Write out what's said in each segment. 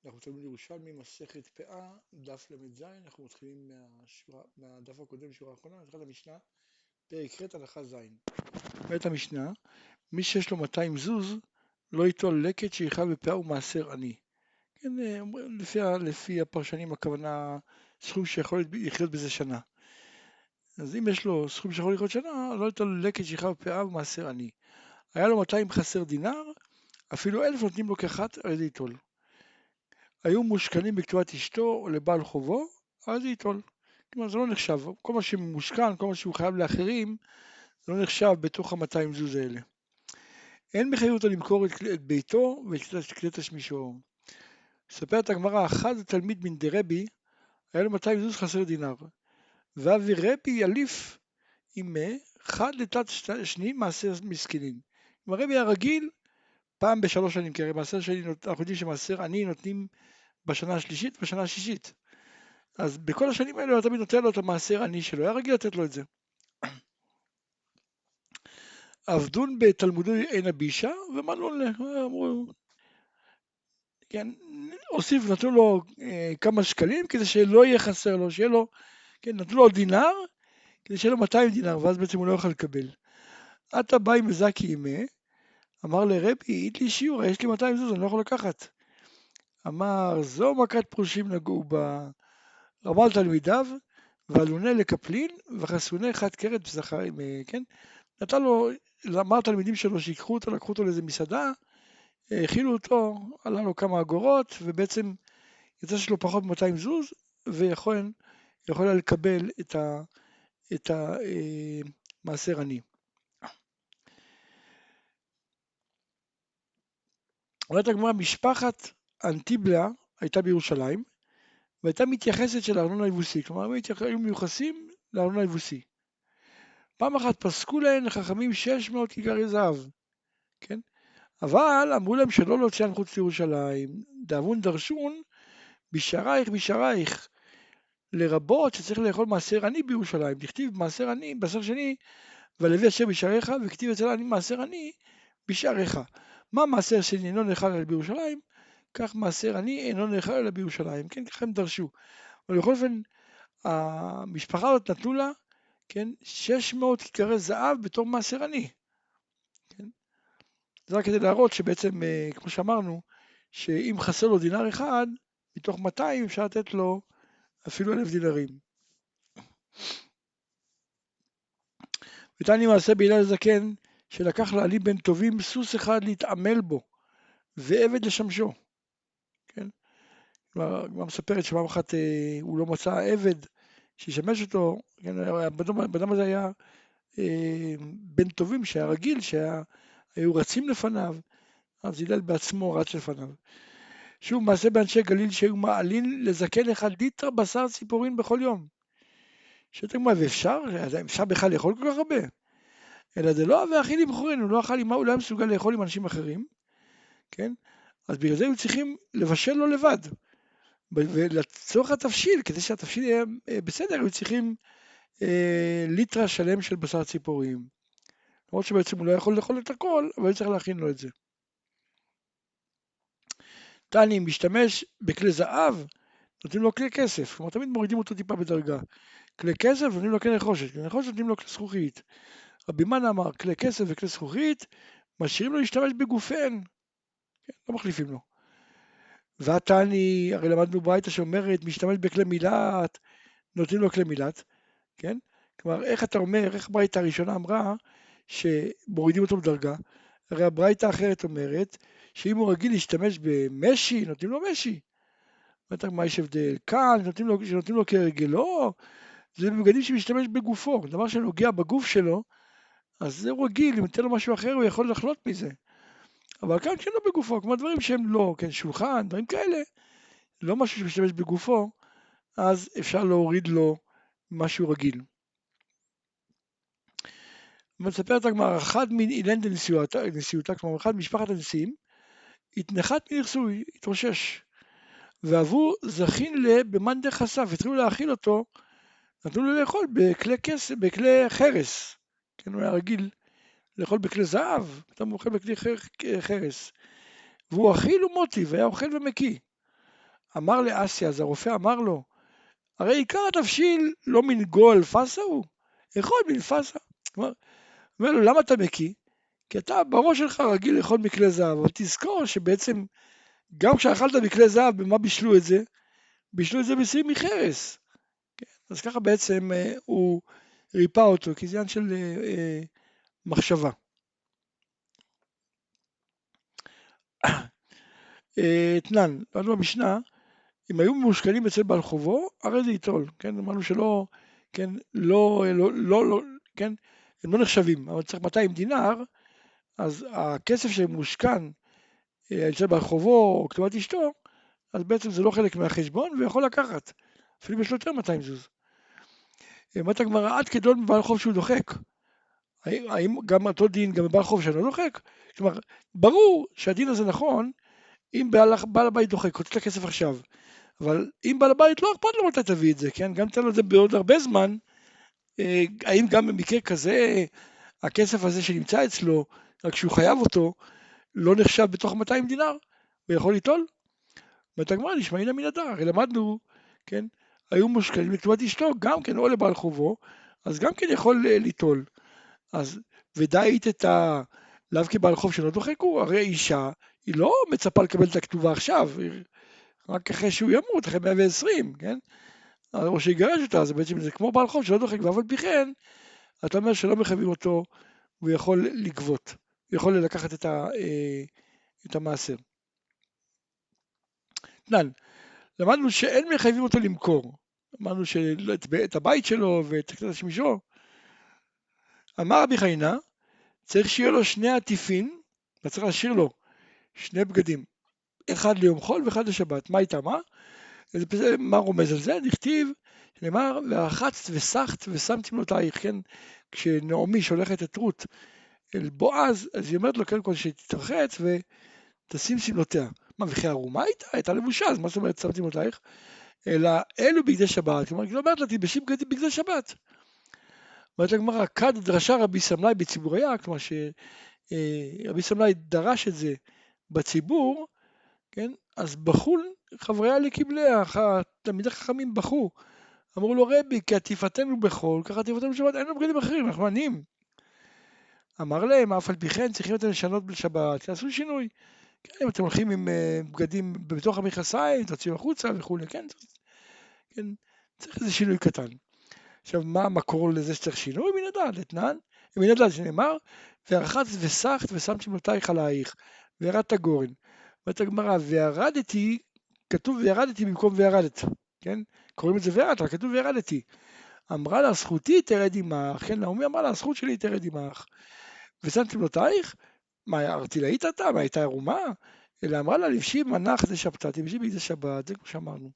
אנחנו תלמוד ירושלמי, מסכת פאה, דף ל"ז, אנחנו מתחילים מהדף הקודם, שורה האחרונה, נתחיל המשנה, פרק ח' הלכה ז'. אומרת המשנה, מי שיש לו 200 זוז, לא ייטול לקט שיכאב בפאה ומעשר עני. כן, לפי הפרשנים הכוונה סכום שיכול לחיות בזה שנה. אז אם יש לו סכום שיכול לחיות שנה, לא ייטול לקט שיכאב בפאה ומעשר עני. היה לו 200 חסר דינר, אפילו 1,000 נותנים לו כאחת, הרי זה ייטול. היו מושכנים בכתובת אשתו או לבעל חובו, אז זה ייטול. כלומר זה לא נחשב, כל מה שמושכן, כל מה שהוא חייב לאחרים, זה לא נחשב בתוך ה-200 זוז האלה. אין מחייב אותו למכור את ביתו ואת כלי תשמישו. מספרת הגמרא, אחד התלמיד מן דרבי, היה לו 200 זוז חסר דינר. ואבי רבי יליף עימה, חד לתת שני מעשר מסכנים. כלומר רבי הרגיל, פעם בשלוש שנים, כי הרי מעשר שני, אנחנו יודעים שמעשר עני נותנים בשנה השלישית ובשנה השישית. אז בכל השנים האלה הוא תמיד נותן לו את המעשר עני שלו, היה רגיל לתת לו את זה. עבדון בתלמודי עין הבישה, ומלון אמרו, כן, הוסיף, נתנו לו כמה שקלים כדי שלא יהיה חסר לו, שיהיה לו, כן, נתנו לו דינר, כדי שיהיה לו 200 דינר, ואז בעצם הוא לא יוכל לקבל. עתה באי מזקי עימה, אמר לרבי, אית לי שיעור, יש לי 200 זוז, אני לא יכול לקחת. אמר, זו מכת פרושים נגעו בה, רמל תלמידיו, ועלונה לקפלין, וחסוני חד קרת בזכר, כן? נתן לו, אמר התלמידים שלו שיקחו אותו, לקחו אותו לאיזה מסעדה, האכילו אותו, עלה לו כמה אגורות, ובעצם יצא שיש לו פחות מ-200 זוז, ויכול היה לקבל את המעשר עני. אומרת הגמרא, משפחת אנטיבלה הייתה בירושלים, והייתה מתייחסת של ארנונה יבוסי, כלומר היו מיוחסים לארנונה יבוסי. פעם אחת פסקו להן לחכמים 600 כיכרי זהב, כן? אבל אמרו להם שלא להוציאן חוץ לירושלים, דאבון דרשון, בשערייך, לרבות שצריך לאכול מעשר עני בירושלים, תכתיב מעשר עני, בעשר שני, ולוי אשר בשעריך, וכתיב אצל עני מעשר עני בשעריך. מה מעשר שני אינו נאכל אלא בירושלים, כך מעשר עני אינו נאכל אלא בירושלים, כן, ככה הם דרשו. אבל בכל אופן, המשפחה הזאת נתנו לה, כן, 600 כיכרי זהב בתור מעשר עני. כן? זה רק כדי להראות שבעצם, כמו שאמרנו, שאם חסר לו דינר אחד, מתוך 200 אפשר לתת לו אפילו 1,000 דינרים. ותני מעשה בהלל הזקן, שלקח לעלי בן טובים סוס אחד להתעמל בו, ועבד לשמשו. כן? כבר מספרת שפעם אחת הוא לא מצא עבד שישמש אותו, כן? האדם הזה היה בן טובים שהיה רגיל, שהיו רצים לפניו, אז הלל בעצמו רץ לפניו. שוב, מעשה באנשי גליל שהיו מעלין לזקן אחד ליטר בשר ציפורין בכל יום. שאתם אומרים, ואפשר בכלל לאכול כל כך הרבה? אלא זה לא אהבה אכיל עם בחורין, הוא לא אכל עם מה, הוא לא היה מסוגל לאכול עם אנשים אחרים, כן? אז בגלל זה היו צריכים לבשל לו לבד. ולצורך התבשיל, כדי שהתבשיל יהיה בסדר, היו צריכים ליטרה שלם של בשר ציפורים. למרות שבעצם הוא לא יכול לאכול את הכל, אבל היו צריך להכין לו את זה. תני משתמש בכלי זהב, נותנים לו כלי כסף, כלומר תמיד מורידים אותו טיפה בדרגה. כלי כסף נותנים לו כלי נחושת, כלי נחושת נותנים לו כלי זכוכית. רבי מנה אמר, כלי כסף וכלי זכוכית, משאירים לו להשתמש בגופיהן, כן, לא מחליפים לו. והתני, הרי למדנו ברייתא שאומרת, משתמש בכלי מילת, נותנים לו כלי מילת, כן? כלומר, איך אתה אומר, איך ברייתא הראשונה אמרה, שמורידים אותו בדרגה, הרי הברייתא האחרת אומרת, שאם הוא רגיל להשתמש במשי, נותנים לו משי. בטח מה יש הבדל? כאן, שנותנים לו כהרגלו, זה בבגדים שמשתמש בגופו, דבר שנוגע בגוף שלו, אז זה רגיל, אם ניתן לו משהו אחר, הוא יכול לחלות מזה. אבל כאן כן לא בגופו, כמו דברים שהם לא, כן, שולחן, דברים כאלה, לא משהו שמשתמש בגופו, אז אפשר להוריד לו משהו רגיל. מספרת הגמרא, אחד מן אילן דנשיאותה, כלומר אחד משפחת הנשיאים, התנחת מנכסוי, התרושש, ועבור זכין במאן דחשף, התחילו להאכיל אותו, נתנו לו לאכול בכלי חרס, כן, הוא היה רגיל לאכול בכלי זהב, פתאום הוא אוכל בכלי חרס, והוא אכיל ומוטי, והיה אוכל ומקיא. אמר לאסיה, אז הרופא אמר לו, הרי עיקר התבשיל לא מן גול פסה הוא, אכול מן פסה. כלומר, אומר לו, למה אתה מקיא? כי אתה בראש שלך רגיל לאכול מכלי זהב, אבל תזכור שבעצם גם כשאכלת מכלי זהב, במה בישלו את זה? בישלו את זה בסירים מחרס. אז ככה בעצם הוא ריפא אותו, כי זה עניין של מחשבה. תנן, למדנו במשנה, אם היו מושקלים אצל בעל חובו, הרי זה ייטול, כן? אמרנו שלא, כן, כן, הם לא נחשבים, אבל צריך 200 דינר, אז הכסף שמושכן אצל בעל חובו או כתובת אשתו, אז בעצם זה לא חלק מהחשבון ויכול לקחת, אפילו יש לו יותר 200 זוז. אומרת הגמרא, עד כדון בבעל חוב שהוא דוחק. האם גם אותו דין גם בבעל חוב שאינו דוחק? כלומר, ברור שהדין הזה נכון, אם בעל הבית דוחק, רוצה את הכסף עכשיו, אבל אם בעל הבית לא אכפת לו מתי תביא את זה, כן? גם תן לו את זה בעוד הרבה זמן, האם גם במקרה כזה, הכסף הזה שנמצא אצלו, רק שהוא חייב אותו, לא נחשב בתוך 200 דינר, ויכול ליטול? אומרת הגמרא, נשמעינא מן הדר, הרי למדנו, כן? היו מושקלים לכתובת אשתו, גם כן, או לבעל חובו, אז גם כן יכול ליטול. אז ודאית את לאו כבעל חוב שלא דוחק הוא, הרי אישה, היא לא מצפה לקבל את הכתובה עכשיו, רק אחרי שהוא ימות, אחרי 120, כן? או שיגרש אותה, אז בעצם זה כמו בעל חוב שלא דוחק, ואף על פי כן, אתה אומר שלא מחייבים אותו, הוא יכול לגבות, הוא יכול לקחת את המעשר. תנן, למדנו שאין מחייבים אותו למכור, אמרנו שאת הבית שלו ואת הקטע שמישו, אמר רבי חנינא, צריך שיהיה לו 2 עטיפין, וצריך להשאיר לו 2 בגדים, אחד ליום חול ואחד לשבת. מה איתה מה? מה רומז על זה? נכתיב, נאמר, ורחצת וסחת ושמתי מלותייך, כן? כשנעמי שולחת את רות אל בועז, אז היא אומרת לו קודם כל שתתרחץ ותשים סמלותיה. מה, וכי ערומה הייתה? הייתה לבושה, אז מה זאת אומרת שמתי מלותייך? אלא אלו בגדי שבת. כלומר, היא אומרת לה, תלבשי בגדי שבת. אומרת הגמרא, כד דרשה רבי סמלאי בציבוריה, כלומר שרבי סמלאי דרש את זה בציבור, כן? אז בכו חבריה לקבליה, תלמידי חכמים בכו, אמרו לו רבי, כי עטיפתנו בחול, ככה עטיפתנו בשבת, אין לנו בגדים אחרים, אנחנו עניים. אמר להם, אף על פי כן צריכים אתם לשנות בשבת, תעשו שינוי. כן, אם אתם הולכים עם בגדים בתוך המכנסיים, תוציאו החוצה וכולי, כן? כן, צריך איזה שינוי קטן. עכשיו, מה המקור לזה שצריך שינוי? מן הדעת, אתנן, מן הדעת שנאמר, ורחצת וסחת ושמת שמלותייך עלייך, וירדת גורן. אומרת הגמרא, וירדתי, כתוב וירדתי במקום וירדת, כן? קוראים את זה וירדת, אבל כתוב וירדתי. אמרה לה, זכותי תרד עמך, כן? נעמי אמרה לה, הזכות שלי תרד עמך. ושמת שמלותייך, מה, ארטילאית אתה? מה, הייתה ערומה? אלא אמרה לה, לבשי מנח זה שבתא, תלבשי בגדי שבת, זה כמו שאמרנו.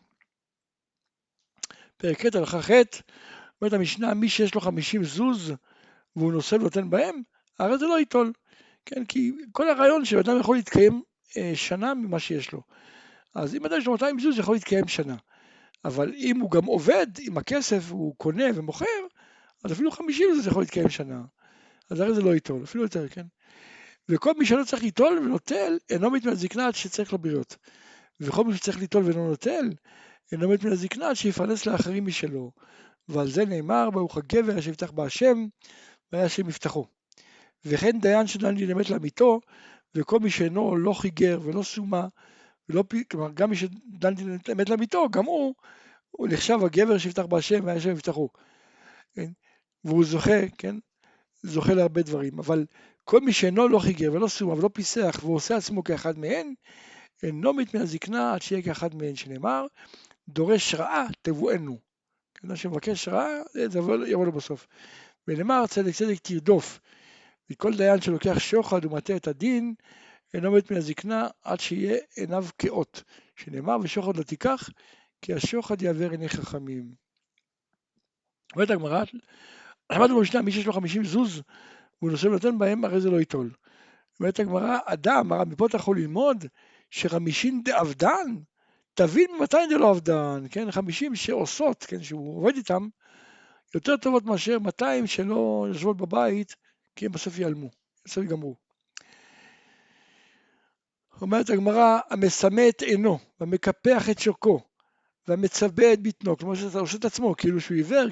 פרק ח' הלכה ח', אומרת המשנה, מי שיש לו 50 זוז והוא נושא ונותן בהם, הרי זה לא ייטול. כן, כי כל הרעיון שאדם יכול להתקיים שנה ממה שיש לו. אז אם אדם יש לו 200 זוז, יכול להתקיים שנה. אבל אם הוא גם עובד עם הכסף, הוא קונה ומוכר, אז אפילו 50 זוז יכול להתקיים שנה. אז הרי זה לא ייטול, אפילו יותר, כן? וכל מי שלא צריך ליטול ונוטל, אינו מת מן הזקנה עד שצריך לו בריות. וכל מי שצריך ליטול ואינו נוטל, אינו מת מן הזקנה עד שיפרנס לאחרים משלו. ועל זה נאמר, ברוך הגבר אשר יפתח בהשם, והיה השם יפתחו. וכן דיין שדן להמת לעמיתו, וכל מי שאינו לא חיגר ולא סומה, כלומר גם מי שדן להמת לעמיתו, גם הוא נחשב הגבר שיפתח בהשם, והיה השם יפתחו. כן? והוא זוכה, כן? זוכה להרבה דברים, אבל כל מי שאינו לא חיגר ולא סומה ולא פיסח, ועושה עצמו כאחד מהן, אינו מת מן הזקנה עד שיהיה כאחד מהן, שנאמר, דורש רעה תבואנו. כן, שמבקש רעה, זה יבוא לו בסוף. ונאמר, צדק צדק תרדוף. וכל דיין שלוקח שוחד ומטה את הדין, אינו מת מן הזקנה עד שיהיה עיניו כאות. שנאמר, ושוחד לא תיקח, כי השוחד יעבר עיני חכמים. אומרת הגמרא, למדנו במשנה, מי שיש לו 50 זוז, והוא נושא ונותן בהם, הרי זה לא ייטול. אומרת הגמרא, אדם, הרב, מפה אתה יכול ללמוד, שחמישין דאבדן, תבין ממתי זה לא אבדן, כן? 50 שעושות, כן? שהוא עובד איתם, יותר טובות מאשר 200 שלא יושבות בבית, כי הם בסוף ייעלמו, בסוף יגמרו. אומרת הגמרא, המשמא את עינו, והמקפח את שוקו, והמצבע את בטנו, כלומר שאתה עושה את עצמו, כאילו שהוא עיוור,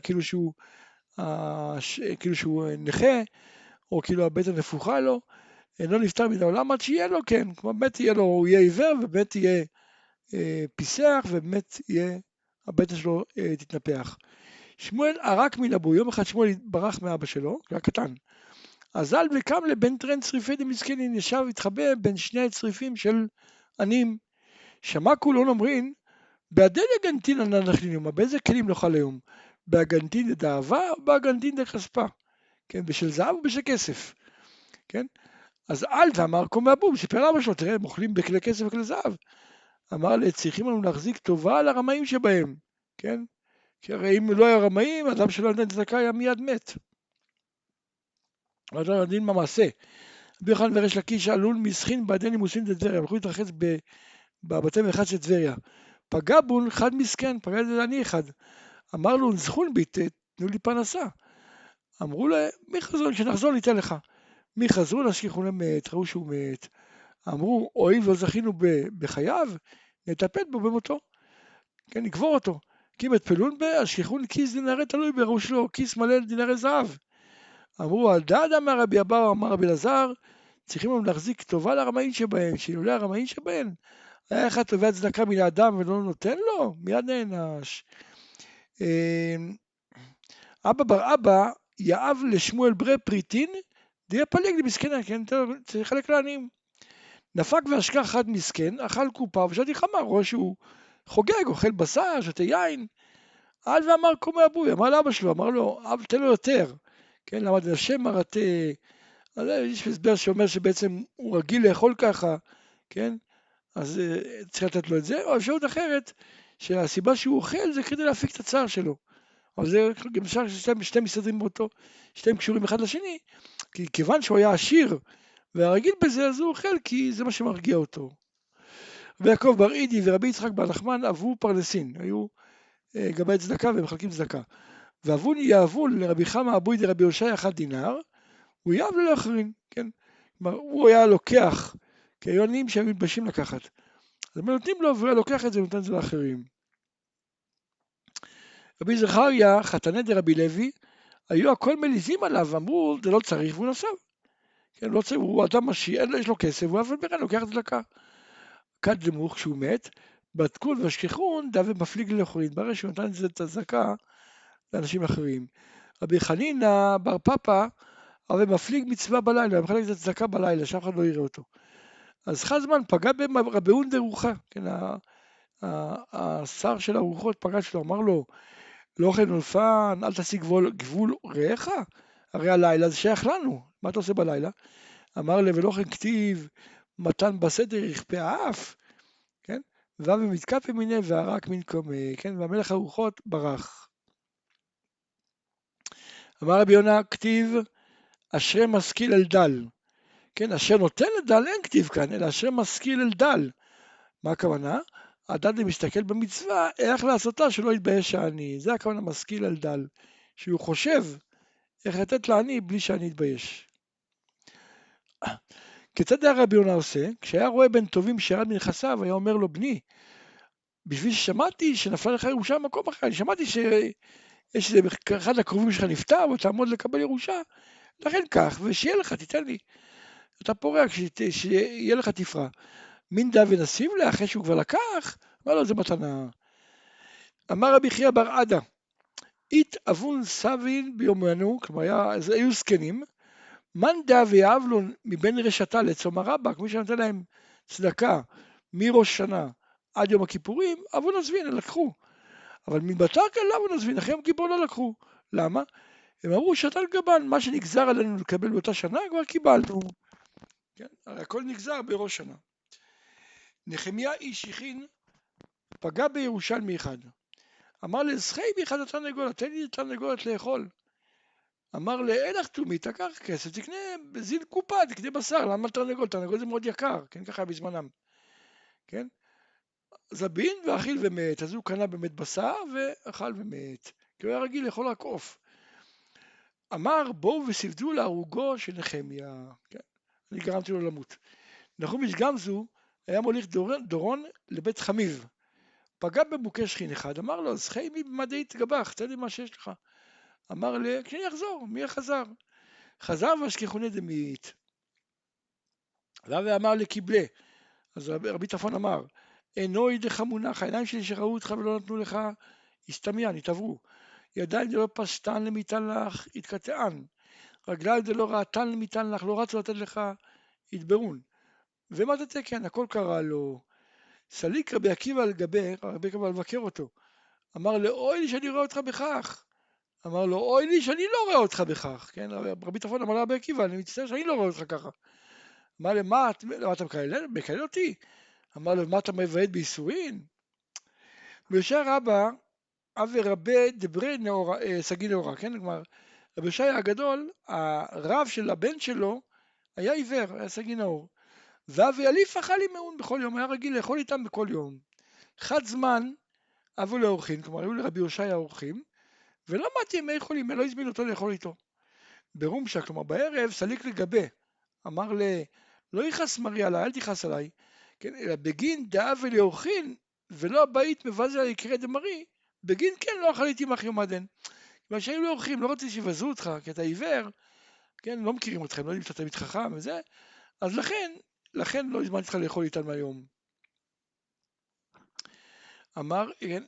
כאילו שהוא נכה, או כאילו הבטן נפוחה לו, אינו נפטר מן העולם עד שיהיה לו, כן, כלומר באמת יהיה לו, הוא יהיה עיוור, ובאמת יהיה פיסח, ובאמת יהיה, הבטן שלו תתנפח. שמואל ערק מן אבו, יום אחד שמואל ברח מאבא שלו, היה קטן, אזל וקם לבן טרן צריפי דמסכנין, ישב והתחבא בין שני הצריפים של עניים. שמע כולון אומרין, בהדל אגנטין אנחנו יומה, באיזה כלים נאכל היום? באגנטין דאהבה או באגנטין דכספה? כן, בשל זהב או בשל כסף? כן? אז אל ואמר קום אבום, סיפר לאבא שלו, תראה, הם אוכלים בכלי כסף וכלי זהב. אמר לי, צריכים לנו להחזיק טובה על הרמאים שבהם, כן? כי הרי אם לא היה רמאים, אדם שלא נתן צדקה היה מיד מת. אז לא יודעים מה מעשה. רבי יוחנן וריש לקיש עלול מסחין בעדי נימוסין דטבריה, הלכו להתרחץ בבתי מרחץ של טבריה. פגע בון חד מסכן, פגע את אני אחד. אמר לו, נזכון בי, תנו לי פרנסה. אמרו להם, מי חזרו, שנחזור ניתן לך. מי חזרו, נשכיחו למת, ראו שהוא מת. אמרו, הואיל לא זכינו בחייו, נטפל בו במותו. כן, נקבור אותו. כי מטפלון השכיחון כיס דינרי תלוי בראו שלו, כיס מלא דינרי זהב. אמרו, על דעת אמר רבי אבאו, אמר רבי אלעזר, צריכים לנו להחזיק טובה לרמאים שבהם, שאילולא הרמאים שבהם, היה אחד תובע צדקה מן האדם ולא נותן לו, מיד נענש. אבא בר אבא יאב לשמואל ברי פריטין, דיה פליג למסכנה, כן, צריך לחלק לעניים. נפק והשכח חד מסכן, אכל קופה ושתי חמר, רואה שהוא חוגג, אוכל בשר, שותה יין. על ואמר קומי אבוי, אמר לאבא שלו, אמר לו, אב תן לו יותר. כן, למה זה השם מרתה, אז יש הסבר שאומר שבעצם הוא רגיל לאכול ככה, כן, אז צריך לתת לו את זה, או אפשרות אחרת, שהסיבה שהוא אוכל זה כדי להפיק את הצער שלו. אבל זה גם אפשר ששתיהם מסתדרים באותו, שתיהם קשורים אחד לשני, כי כיוון שהוא היה עשיר והרגיל בזה, אז הוא אוכל כי זה מה שמרגיע אותו. ויעקב בר אידי ורבי יצחק בר נחמן אבו פרנסין, היו גבאי צדקה ומחלקים צדקה. ואבון יאבון לרבי חמא אבוי דרבי יושע 1 דינר, הוא יאב ללא אחרים, כן? כלומר, הוא היה לוקח, כי היו עניים שהם מתביישים לקחת. אז הם נותנים לו, והוא היה לוקח את זה ונותן את זה לאחרים. רבי זכריה, חתני דרבי לוי, היו הכל מליזים עליו, אמרו, זה לא צריך, והוא נסב. כן, לא צריך, הוא אדם משי, יש לו כסף, הוא אף אחד לוקח את צדקה. כד למוך, כשהוא מת, בדקון והשכחון, דווה מפליג לאחרים, ברגע שהוא נתן את הצדקה לאנשים אחרים. רבי חנינא בר פפא, הרי מפליג מצווה בלילה, מחלק את הצדקה בלילה, שאף אחד לא יראה אותו. אז חזמן פגע ברבי אונדר רוחה, כן, השר של הרוחות פגע שלו, אמר לו, לא אוכל נולפן, אל תשיג גבול רעך, הרי הלילה זה שייך לנו, מה אתה עושה בלילה? אמר לי, ולא כן כתיב, מתן בסתר יכפה האף, כן? ומתקפה מיניה והרק מן קומה, כן? והמלך הרוחות ברח. אמר רבי יונה, כתיב, אשרי משכיל אל דל, כן? אשר נותן לדל אין כתיב כאן, אלא אשרי משכיל אל דל. מה הכוונה? הדל מסתכל במצווה, איך לעשותה שלא יתבייש העני. זה הכוונה משכיל אל דל, שהוא חושב איך לתת לעני בלי שאני אתבייש. כיצד היה רבי יונה עושה? כשהיה רואה בן טובים שירד מנכסיו, היה אומר לו, בני, בשביל ששמעתי שנפלה לך ירושה במקום אחר, אני שמעתי שיש אחד הקרובים שלך נפטר ותעמוד לקבל ירושה, לכן כך, ושיהיה לך, תיתן לי. אתה פורע, שיהיה לך תפרע. מין דא ונסיב לה, אחרי שהוא כבר לקח, אמר לו, זה מתנה. אמר רבי חייא בר עדה, אית אבון סבין ביומנו, כלומר היו זקנים, מאן דא ויאהב לו מבין רשתה לצום הרבה, כמי שנותן להם צדקה מראש שנה עד יום הכיפורים, אבון עזבין, לקחו. אבל מבתר כאן לא אבון עזבין, אחרי יום כיפור לא לקחו. למה? הם אמרו שתן גבן, מה שנגזר עלינו לקבל באותה שנה כבר קיבלנו. כן? הכל נגזר בראש שנה. נחמיה איש יכין פגע בירושלמי אחד. אמר לזכי באחד התרנגולת, תן לי תרנגולת לאכול. אמר לאין אחתומי, תקח כסף, תקנה בזיל קופה, תקנה בשר, למה תרנגול? תרנגול זה מאוד יקר, כן, ככה בזמנם. כן? זבין ואכיל ומת, אז הוא קנה באמת בשר ואכל ומת, כי הוא היה רגיל לאכול רק עוף. אמר בואו וספדו להרוגו של נחמיה, כן? אני גרמתי לו למות. נחומיש גמזו, היה מוליך דורון לבית חמיב, פגע במוכה שכין אחד, אמר לו, זכי מי במדי תגבח, תן לי מה שיש לך. אמר לי, כשאני אחזור, מי חזר? חזר והשכיחוני דמית. ואמר לקיבלה, אז רבי טרפון אמר, אינו ידך מונח, העיניים שלי שראו אותך ולא נתנו לך, הסתמיין, התעברו. ידיים דלא פשטן למיתן לך, התקטען. רגליים דלא ראתן למיתן לך, לא רצו לתת לך, התברון. ומה תתקן? הכל קרה לו. סליק רבי עקיבא על גבי, רבי עקיבא לבקר אותו. אמר לו, אוי לי שאני רואה אותך בכך. אמר לו, אוי לי שאני לא רואה אותך בכך. כן, רבי טרפון אמר לרבי עקיבא, אני מצטער שאני לא רואה אותך ככה. אמר לו, מה אתה מקלל אותי? אמר לו, מה אתה מבעט בייסורין? בישר רבא, אבי רבי דברי סגי נאורה, כן? כלומר, רבי ישעיה הגדול, הרב של הבן שלו, היה עיוור, היה סגי נאור. ואבי אליף אכל עם מעון בכל יום, היה רגיל לאכול איתם בכל יום. חד זמן, אבו לאורחים, כלומר, היו לרבי ישעיה אורחים, ולא מתי ימי חולים, לא הזמין אותו לאכול איתו. ברומשה, כלומר, בערב, סליק לגבה. אמר לא יכעס מרי עליי, אל תכעס עליי, כן, אלא בגין דאבי לאורחין, ולא הבית מבזה על יקרה דמרי, בגין כן לא אכליתי מח יום עדן. כלומר שהיו לו אורחים, לא רציתי שיבזו אותך, כי אתה עיוור, כן, לא מכירים אתכם, לא יודעים שאתה תמיד חכם וזה, אז לכן לא הזמנתי אותך לאכול איתנו היום. אמר, כן,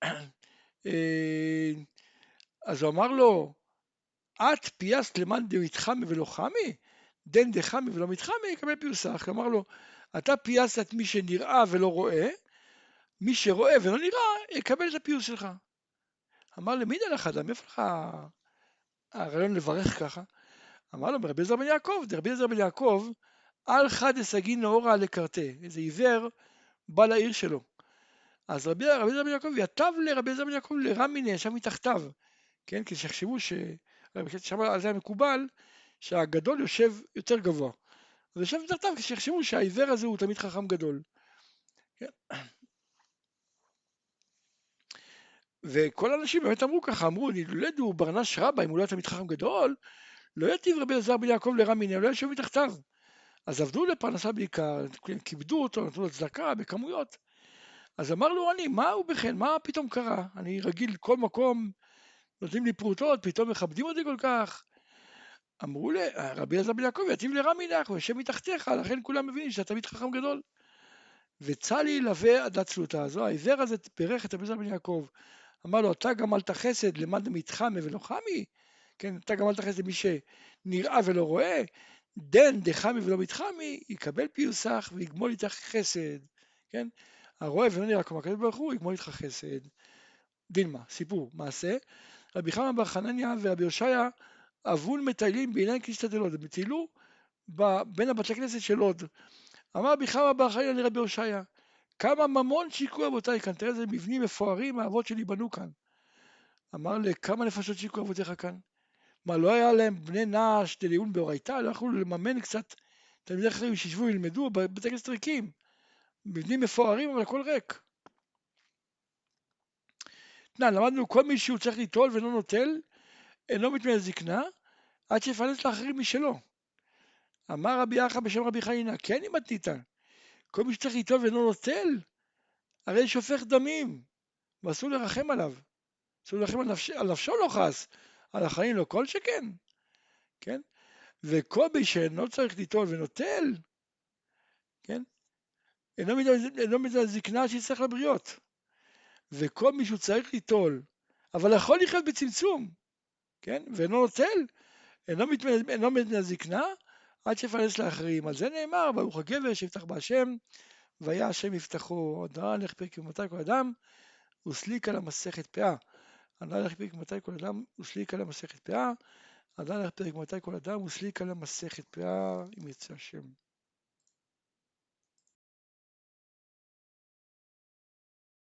אז הוא אמר לו, את פייסת למאן דמתחמי ולא חמי, דן דחמי ולא מתחמי, יקבל פיוסך. אמר לו, אתה פייסת את מי שנראה ולא רואה, מי שרואה ולא נראה, יקבל את הפיוס שלך. אמר לו, מי דע לך אדם, איפה לך הרעיון לברך ככה? אמר לו, רבי עזרא בן יעקב, רבי עזרא בן יעקב, על חד דסגי נאורה לקרתה, איזה עיוור בא לעיר שלו. אז רבי עזרא בן יעקב יתב לרבי עזרא בן יעקב לרמי ישב מתחתיו, כן, כי שיחשבו שם על זה המקובל, שהגדול יושב יותר גבוה. אז יושב מתחתיו כשיחשבו שהעיוור הזה הוא תמיד חכם גדול. כן? וכל האנשים באמת אמרו ככה, אמרו, נולדו ברנש רבא, אם הוא לא היה תמיד חכם גדול, לא יתיב רבי עזרא בן יעקב לרמי, לא ישב מתחתיו. אז עבדו לפרנסה בעיקר, כיבדו אותו, נתנו לו צדקה בכמויות. אז אמר לו אני, מה הוא בכן, מה פתאום קרה? אני רגיל כל מקום, נותנים לי פרוטות, פתאום מכבדים אותי כל כך. אמרו לי, רבי עזרא בן יעקב יתיב לרמי לך, הוא יושב מתחתיך, לכן כולם מבינים שאתה תמיד חכם גדול. וצלי ילווה עד הצלותה הזו, העיוור הזה בירך את רבי עזרא בן יעקב. אמר לו, אתה גמלת חסד למד מתחמי ולא חמי? כן, אתה גמלת חסד למי שנראה ולא רואה? דן דחמי ולא מתחמי, יקבל פיוסך ויגמול איתך חסד. כן? הרואה ולא נראה כמו הקדוש ברוך הוא, יגמול איתך חסד. דילמה, סיפור, מעשה. רבי חנניה בר חנניה ורבי הושעיה אבון מטיילים בעניין כניסתא דלוד, הם טיילו בין הבתי כנסת של לוד. אמר רבי חנניה בר חנניה לרבי הושעיה, כמה ממון שיקו אבותיי כאן, תראה איזה מבנים מפוארים האבות שלי בנו כאן. אמר לכמה נפשות שיקו אבותיך כאן? מה, לא היה להם בני נעש דליעון באורייתא? לא יכלו לממן קצת תלמידי אחרים שישבו וילמדו בבתי כנסת ריקים. מבנים מפוארים אבל הכל ריק. למדנו כל מי שהוא צריך ליטול ואינו נוטל, אינו מתמנה זקנה, עד שיפרנס לאחרים משלו. אמר רבי אחא בשם רבי חנינא, כן אם מתנית, כל מי שצריך ליטול ואינו נוטל, הרי שופך דמים, ואסור לרחם עליו. אסור לרחם על נפשו לא חס, על החיים לא כל שכן. כן? וכל מי שאינו צריך ליטול ונוטל, כן? אינו מתמנה זקנה שיצטרך לבריות. וכל מי שהוא צריך ליטול, אבל יכול לחיות בצמצום, כן? ואינו נוטל, אינו מתמנה זקנה, עד שיפרנס לאחרים. על זה נאמר, ברוך הגבר שיפתח בהשם, והיה השם יפתחו. הודעה לך פרק ומתי כל אדם, וסליק על המסכת פאה. הודעה לך פרק ומתי כל אדם, וסליק על המסכת פאה. הודעה לך פרק ומתי כל אדם, וסליק על המסכת פאה, אם יצא השם.